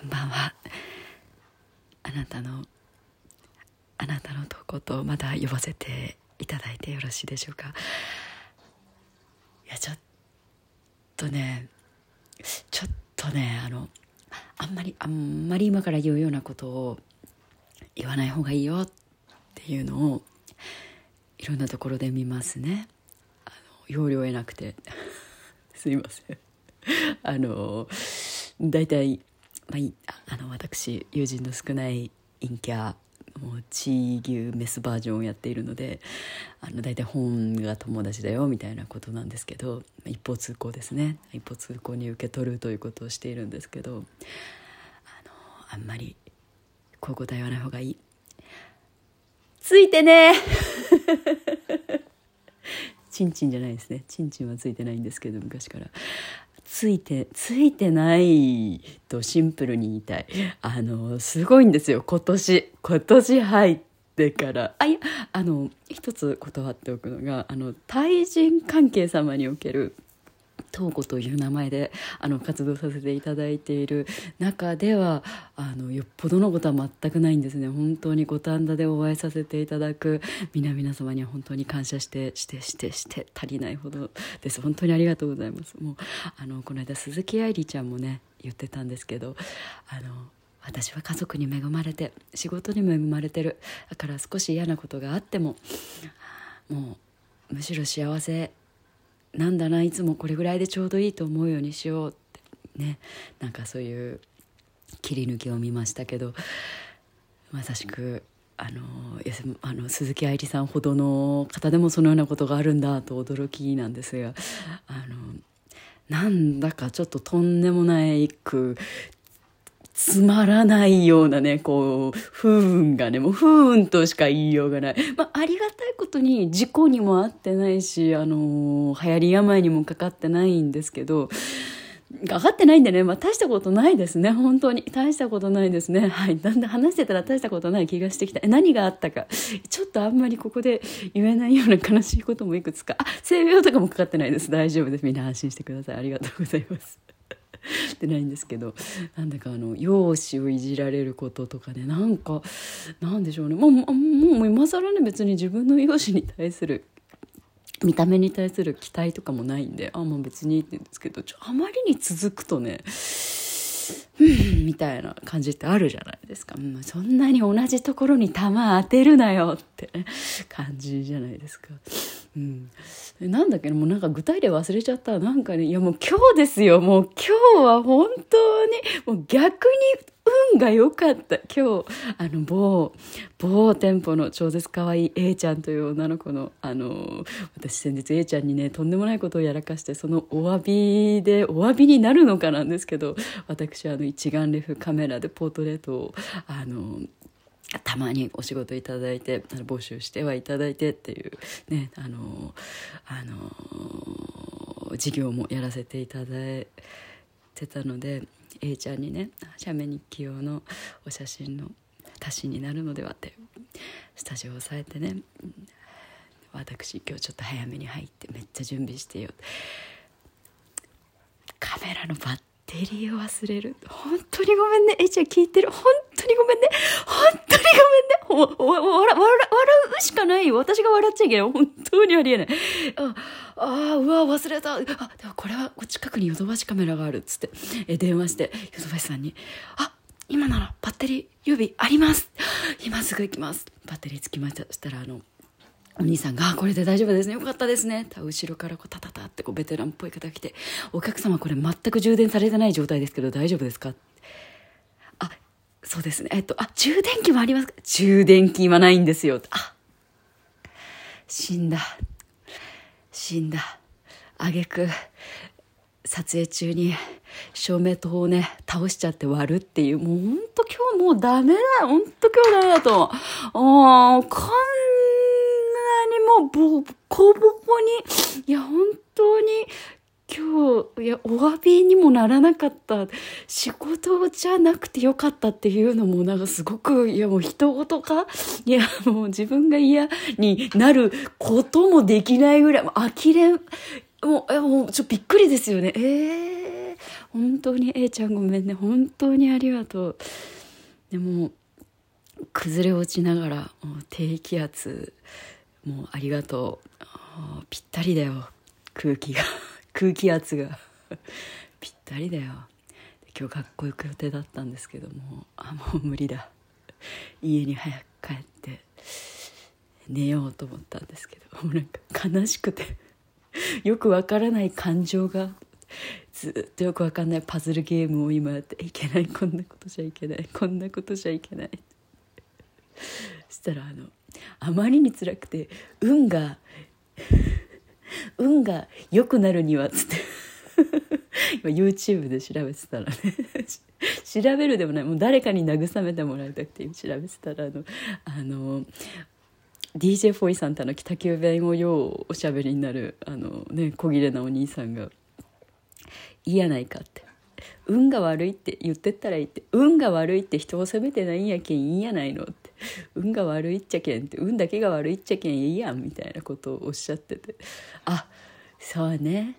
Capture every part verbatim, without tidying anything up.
こんばんは。あなたのあなたの投稿とまだ呼ばせていただいてよろしいでしょうか。いやちょっとねちょっとねあのあんまりあんまり今から言うようなことを言わない方がいいよっていうのをいろんなところで見ますね。あの要領を得なくてすいません。あの大体、まあ、いあの私友人の少ない陰キャもう地牛メスバージョンをやっているので、あの大体本が友達だよみたいなことなんですけど、一方通行ですね。一方通行に受け取るということをしているんですけど、あのあんまりこういうことは言わない方がいい。ついてねチンチンじゃないですね。チンチンはついてないんですけど、昔からついてついてないとシンプルに言いたい。あのすごいんですよ。今年今年入ってからあいやあの一つ断っておくのが、あの対人関係様における東子という名前であの活動させていただいている中ではあのよっぽどのことは全くないんですね。本当に五反田でお会いさせていただく皆々様には本当に感謝してしてしてして足りないほどです。本当にありがとうございます。もうあのこの間鈴木愛理ちゃんもね言ってたんですけど、あの私は家族に恵まれて仕事にも恵まれてる。だから少し嫌なことがあってももうむしろ幸せなんだな、いつもこれぐらいでちょうどいいと思うようにしようってね、なんかそういう切り抜きを見ましたけど、まさしくあのあの鈴木愛理さんほどの方でもそのようなことがあるんだと驚きなんですが、あのなんだかちょっととんでもないくつまらないようなね、こう不運がね、もう不運としか言いようがない。まあ、ありがたいことに事故にも遭ってないし、あの流行り病にもかかってないんですけど、かかってないんでね、まあ、大したことないですね。本当に大したことないですね。はい、だんだん話してたら大したことない気がしてきた。え何があったかちょっとあんまりここで言えないような悲しいこともいくつか。あ、性病とかもかかってないです。大丈夫です。みんな安心してください。ありがとうございますってないんですけど、なんだかあの容姿をいじられることとかね、なんかなんでしょうね、もうもう今更ね別に自分の容姿に対する見た目に対する期待とかもないんで、あもう別にいいって言うんですけど、ちょあまりに続くとねうんみたいな感じってあるじゃないですか。うん、そんなに同じところに弾当てるなよって、ね、感じじゃないですか。うん、なんだっけもうなんか具体例忘れちゃった。なんかね、いやもう今日ですよ。もう今日は本当にもう逆に運が良かった。今日あの某某店舗の超絶可愛い A ちゃんという女の子のあの私先日 A ちゃんにねとんでもないことをやらかして、そのお詫びでお詫びになるのかなんですけど、私あの一眼レフカメラでポートレートをあのたまにお仕事いただいて募集してはいただいてっていうね、あのあの事業もやらせていただいてたので、 A ちゃんにね写メ日記用のお写真の足しになるのではってスタジオを押さえてね、私今日ちょっと早めに入ってめっちゃ準備してよ、カメラのバッテリーを忘れる。本当にごめんね。えちゃん聞いてる。本当にごめんね。本当にごめんね。おおお笑笑うしかないよ。私が笑っちゃいけない。本当にありえない。ああうわ忘れた。あでもこれは近くにヨドバシカメラがあるっつってえ電話してヨドバシさんに、あ今ならバッテリー予備あります。今すぐ行きます。バッテリーつきました。そしたらあのお兄さんがこれで大丈夫ですね、よかったですね、後ろからこうタタタってこうベテランっぽい方が来て、お客様これ全く充電されてない状態ですけど大丈夫ですか。あそうですね、えっとあ充電器もありますか。充電器はないんですよ。あ死んだ死んだ挙句撮影中に照明灯をね倒しちゃって割るっていう、もうほんと今日もうダメだ、ほんと今日ダメだと思う。こんもうボコボコに、いや本当に今日いやお詫びにもならなかった、仕事じゃなくてよかったっていうのもなんかすごく、いやもう人事か、いやもう自分が嫌になることもできないぐらい、もう呆れもう、もうちょっとびっくりですよね。えー本当に A ちゃんごめんね、本当にありがとう。でも崩れ落ちながら、もう低気圧、もうありがとう、ぴったりだよ、空気が空気圧がぴったりだよ。今日学校行く予定だったんですけども、あもう無理だ、家に早く帰って寝ようと思ったんですけど、もうなんか悲しくてよくわからない感情が、ずっとよくわかんないパズルゲームを今やっていけない、こんなことじゃいけない、こんなことじゃいけないそしたらあのあまりに辛くて、運が運が良くなるにはつって今 YouTube で調べてたらね調べるでもない、もう誰かに慰めてもらいたくて調べてたら、あのあの ディージェー フォイさんとあの北九弁をようおしゃべりになるあのね小切れなお兄さんが、いいやないかって、運が悪いって言ってったらいいって、運が悪いって人を責めてないんやけんいいんやないのって、運が悪いっちゃけんって、運だけが悪いっちゃけんいいやんみたいなことをおっしゃってて、あそうね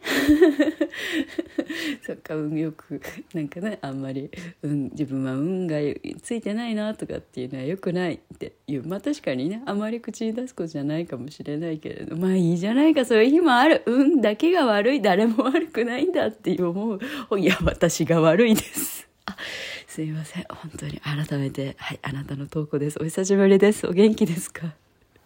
そっか、運よくなんかね、あんまり、うん、自分は運がついてないなとかっていうのはよくないっていう、まあ確かにね、あまり口に出すことじゃないかもしれないけれど、まあいいじゃないか、そういう日もある、運だけが悪い、誰も悪くないんだって思う、いや私が悪いですあすいません、本当に改めて、はい、あなたの投稿です。お久しぶりです。お元気ですか？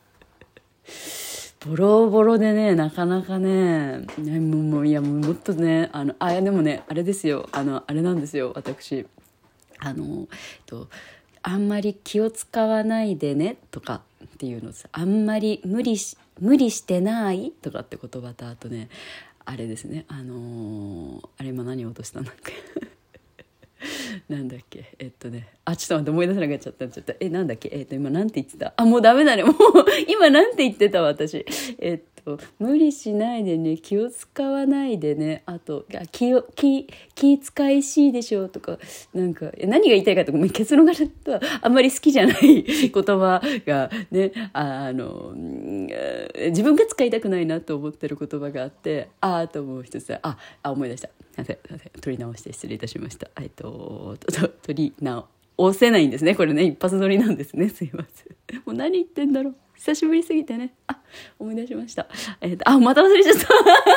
ボロボロでね、なかなかね、ねもうもういやもうもっとね、あのあでもねあれですよ、あのあれなんですよ、私あの、えっと、あんまり気を使わないでねとかっていうのさ、あんまり無理し無理してないとかって言葉と、あとねあれですね、あのー、あれ今何を落としたんだっけなんだっけ、えっとねあちょっと待って、思い出せなくなっちゃったちょっとえなんだっけ、えっと今なんて言ってた、あもうダメだね、もう今なんて言ってた私、えっと無理しないでね、気を使わないでね、あと気を気気使いしいでしょとか、なんか何が言いたいかと、ごめん、結論があんまり好きじゃない言葉がね、あの自分が使いたくないなと思ってる言葉があって、ああともう一つ、ああ思い出した、すいませんすいません、取り直して失礼いたしました。えっと取り直せないんですね、これね、一発撮りなんですね、すいません。もう何言ってんだろう、久しぶりすぎてね、あ思い出しました。えっとあまた忘れちゃったなんだ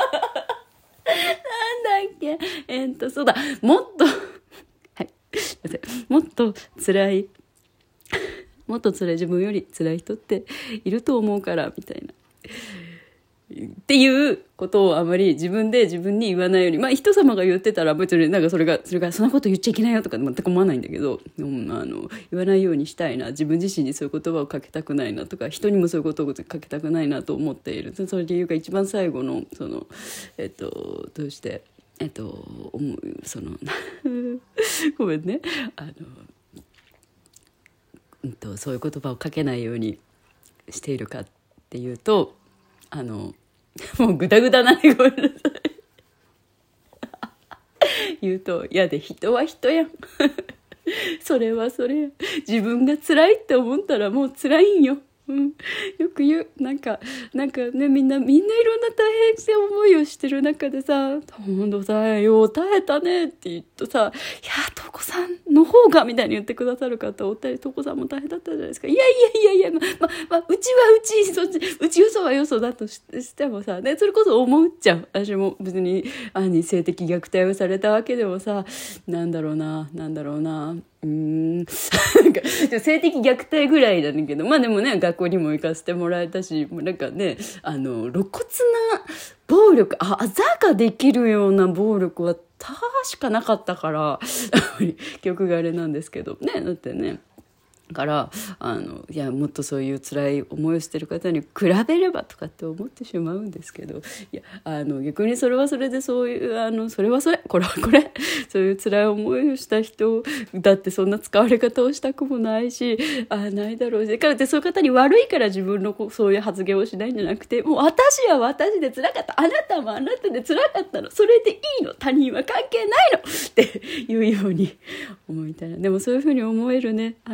っけ、えっとそうだ、もっとはいすいません、もっと辛いもっと辛い自分より辛い人っていると思うからみたいなっていうことをあまり自分で自分に言わないように、まあ人様が言ってたら別になんかそれがそれがそんなこと言っちゃいけないよとか全く思わないんだけど、うん、あの言わないようにしたいな、自分自身にそういう言葉をかけたくないなとか、人にもそういうことをかけたくないなと思っている。その理由が一番最後のそのえっとどうしてえっと思うそのごめんね、あの、うんと、そういう言葉をかけないようにしているかっていうと、あのもうグダグダなね、ごめんなさい言うと嫌で、人は人やんそれはそれや、自分が辛いって思ったらもう辛いんよ、うん、よく言う、なんかなんかね、みんなみんないろんな大変な思いをしてる中でさ、ほんとさ、よう耐えたねって言うとさ、いやとこさんの方がみたいに言ってくださる方おったり、とこさんも大変だったじゃないですか。いやいやいやいや、まままうちはうち、そっちうちよそはよそだと し, してもさ、ね、それこそ思っちゃう。私も別に兄性的虐待をされたわけでもさ、なんだろうななんだろうなうーんなんか性的虐待ぐらいなんだけど、まあでもね、学校にも行かせてもらえたし、なんかね、あの露骨な暴力、ああざができるような暴力は確かなかったから記憶があれなんですけどね、だってね、からあのいやもっとそういう辛い思いをしてる方に比べればとかって思ってしまうんですけど、いやあの逆にそれはそれで、そういうあのそれはそれこれはこれそういう辛い思いをした人だってそんな使われ方をしたくもないし、あないだろうし、だからってそういう方に悪いから自分のそういう発言をしないんじゃなくて、もう私は私で辛かった、あなたもあなたで辛かったの、それでいいの、他人は関係ないのっていうように思いたいな。でもそういうふうに思えるね、あの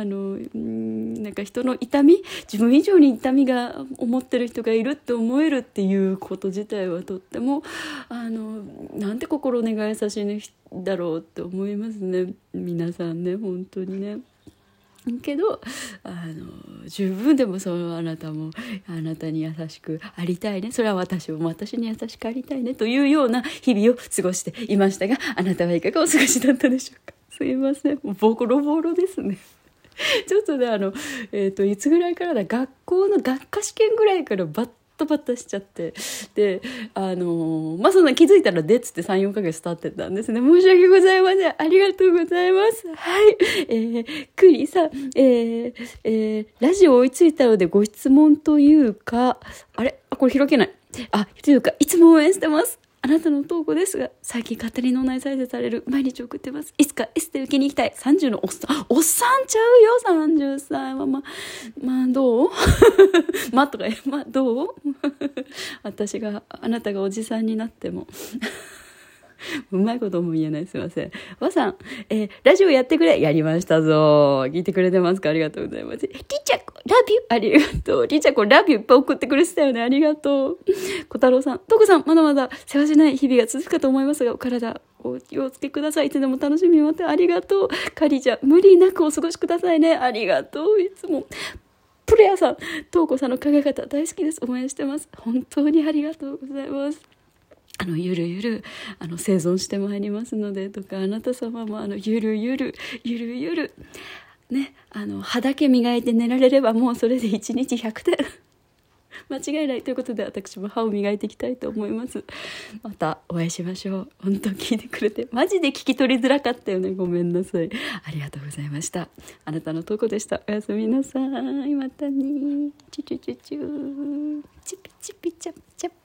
うんなんか人の痛み、自分以上に痛みが思ってる人がいるって思えるっていうこと自体はとってもあのなんて心根が優しいんだろうって思いますね。皆さんね、本当にね。けどあの十分でもそのあなたもあなたに優しくありたいね、それは私も私に優しくありたいねというような日々を過ごしていましたが、あなたはいかがお過ごしだったでしょうか。すいません、もうボロボロですね。ちょっとねあの、えーと、いつぐらいからだ、学校の学科試験ぐらいからバッタバタしちゃって、であのまあそんな気づいたらでっつってさん、よんかげつ経ってたんですね。申し訳ございません。ありがとうございます。はい、えー、クリさん、えーえー、ラジオ追いついたのでご質問というか、あれあこれ開けない、あというかいつも応援してます。あなたの投稿ですが、最近勝手に脳内再生される毎日送ってます。いつかエステ受けに行きたい。さんじゅうのおっさん、おっさんちゃうよ、さんじゅっさいは。ま、まあどうまとか、まあどう私が、あなたがおじさんになっても。うまいことも言えない、すいません。わさん、えー、ラジオやってくれ。やりましたぞ。聞いてくれてますか？ありがとうございます。りちゃこ、ラビュー。ありがとう。りちゃこ、ラビューいっぱい送ってくれてたよね。ありがとう。小太郎さん、とこさん、まだまだ世話しない日々が続くかと思いますが、お体、お気をつけください。いつでも楽しみに待って、ありがとう。かりちゃん、無理なくお過ごしくださいね。ありがとう。いつも。プレアさん、とうこさんの考え方大好きです。応援してます。本当にありがとうございます。あのゆるゆるあの生存してまいりますのでとか、あなた様もあのゆるゆるゆるゆるね、あの歯だけ磨いて寝られればもうそれでいちにちひゃくてん間違いないということで、私も歯を磨いていきたいと思います。またお会いしましょう。本当聞いてくれてマジで聞き取りづらかったよね。ごめんなさい。ありがとうございました。あなたの投稿でした。おやすみなさい。またね。チュチュチュチュチピチピチャプチャプ